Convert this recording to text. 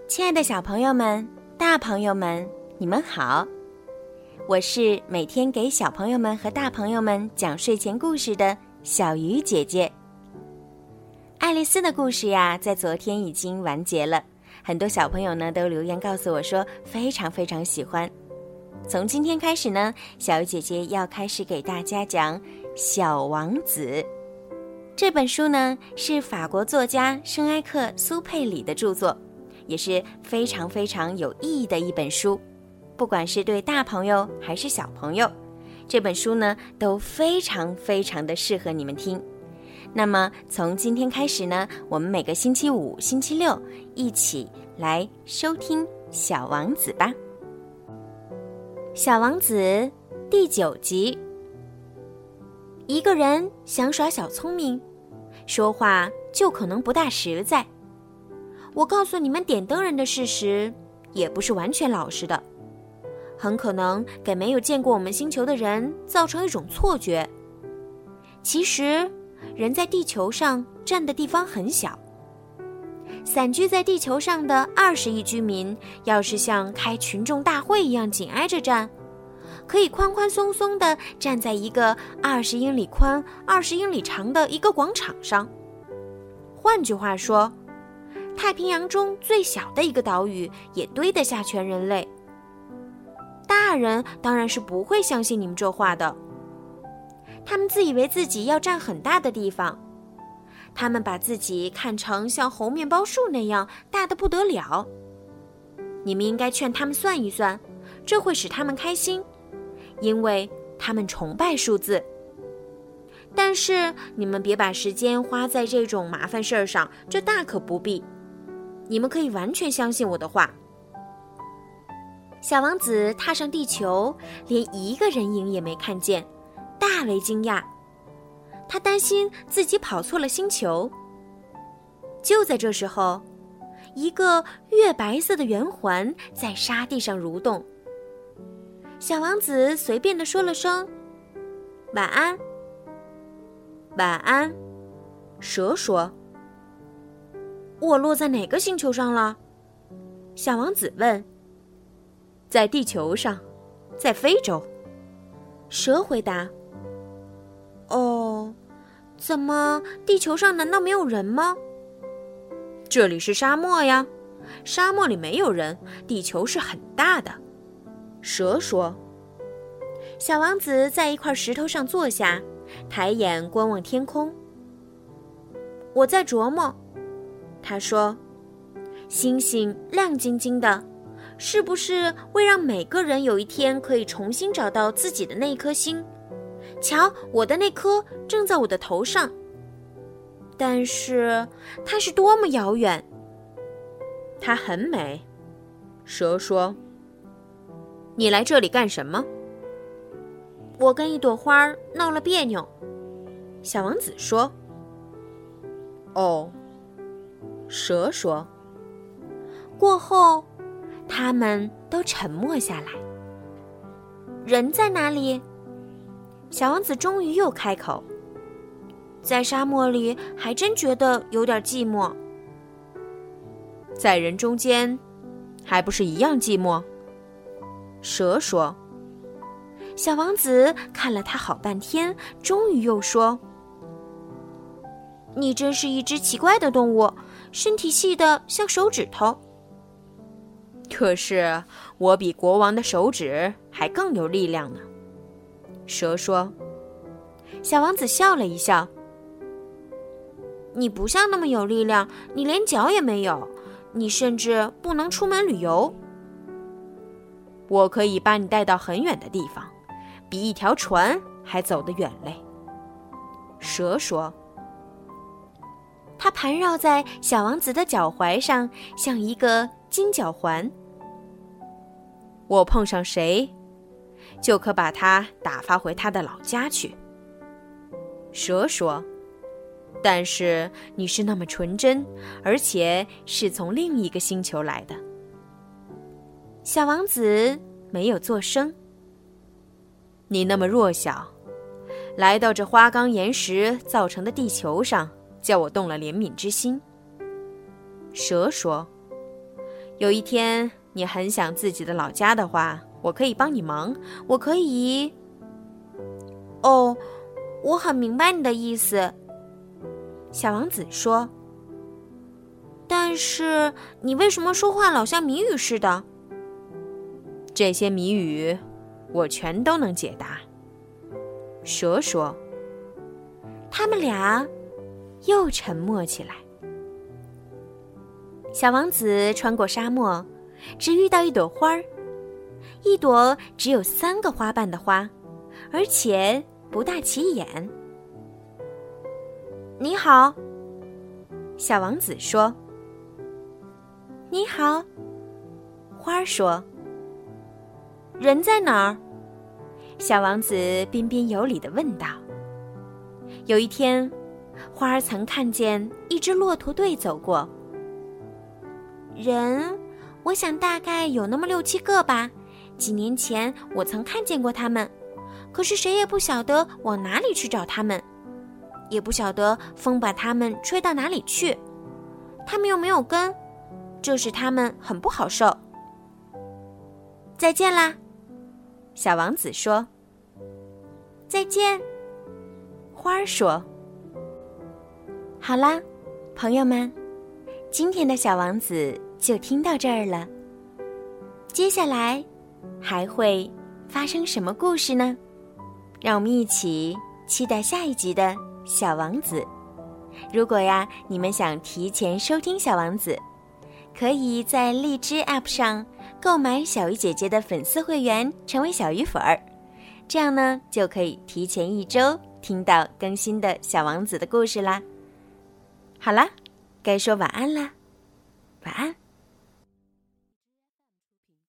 亲爱的小朋友们、大朋友们，你们好！我是每天给小朋友们和大朋友们讲睡前故事的小鱼姐姐。爱丽丝的故事呀，在昨天已经完结了，很多小朋友呢都留言告诉我说非常非常喜欢。从今天开始呢，小鱼姐姐要开始给大家讲《小王子》。这本书呢是法国作家圣埃克苏佩里的著作，也是非常非常有意义的一本书，不管是对大朋友还是小朋友，这本书呢都非常非常的适合你们听。那么从今天开始呢，我们每个星期五、星期六一起来收听《小王子》吧。小王子第9集。一个人想耍小聪明，说话就可能不大实在。我告诉你们点灯人的事实，也不是完全老实的，很可能给没有见过我们星球的人造成一种错觉。其实，人在地球上占的地方很小。散居在地球上的20亿居民，要是像开群众大会一样紧挨着站，可以宽宽松松地站在一个20英里宽、20英里长的一个广场上。换句话说，太平洋中最小的一个岛屿也堆得下全人类。大人当然是不会相信你们这话的，他们自以为自己要占很大的地方，他们把自己看成像猴面包树那样大得不得了。你们应该劝他们算一算，这会使他们开心，因为他们崇拜数字。但是你们别把时间花在这种麻烦事儿上，这大可不必。你们可以完全相信我的话。小王子踏上地球，连一个人影也没看见，大为惊讶。他担心自己跑错了星球。就在这时候，一个月白色的圆环在沙地上蠕动。小王子随便地说了声晚安。晚安，蛇说。我落在哪个星球上了？小王子问。在地球上，在非洲。蛇回答。哦，怎么地球上难道没有人吗？这里是沙漠呀，沙漠里没有人，地球是很大的。蛇说。小王子在一块石头上坐下，抬眼观望天空。我在琢磨，他说，星星亮晶晶的，是不是为让每个人有一天可以重新找到自己的那一颗星？瞧，我的那颗正在我的头上，但是它是多么遥远。它很美，蛇说。你来这里干什么？我跟一朵花闹了别扭，小王子说。哦，蛇说。过后，他们都沉默下来。人在哪里？小王子终于又开口。在沙漠里，还真觉得有点寂寞。在人中间，还不是一样寂寞？蛇说。小王子看了他好半天，终于又说：你真是一只奇怪的动物，身体细得像手指头。可是我比国王的手指还更有力量呢，蛇说。小王子笑了一笑。你不像那么有力量，你连脚也没有，你甚至不能出门旅游。我可以把你带到很远的地方，比一条船还走得远嘞，蛇说。它盘绕在小王子的脚踝上，像一个金脚环。我碰上谁，就可把他打发回他的老家去，蛇说。但是你是那么纯真，而且是从另一个星球来的。小王子没有作声。你那么弱小，来到这花岗岩石造成的地球上，叫我动了怜悯之心。蛇说， 有一天你很想自己的老家的话，我可以帮你忙，我可以……哦，我很明白你的意思，小王子说。但是你为什么说话老像谜语似的？这些谜语我全都能解答。蛇说。他们俩又沉默起来。小王子穿过沙漠，只遇到一朵花儿，一朵只有3个花瓣的花，而且不大起眼。你好，小王子说。你好，花儿说。人在哪儿？小王子彬彬有礼地问道。有一天，花儿曾看见一支骆驼队走过。人，我想大概有那么6、7个吧。几年前我曾看见过他们，可是谁也不晓得往哪里去找他们，也不晓得风把他们吹到哪里去。他们又没有根，这使他们很不好受。再见啦，小王子说。再见，花儿说。好啦，朋友们，今天的小王子就听到这儿了。接下来还会发生什么故事呢？让我们一起期待下一集的小王子。如果呀，你们想提前收听小王子，可以在荔枝 App 上购买小鱼姐姐的粉丝会员，成为小鱼粉儿。这样呢，就可以提前1周听到更新的小王子的故事啦。好啦，该说晚安啦，晚安。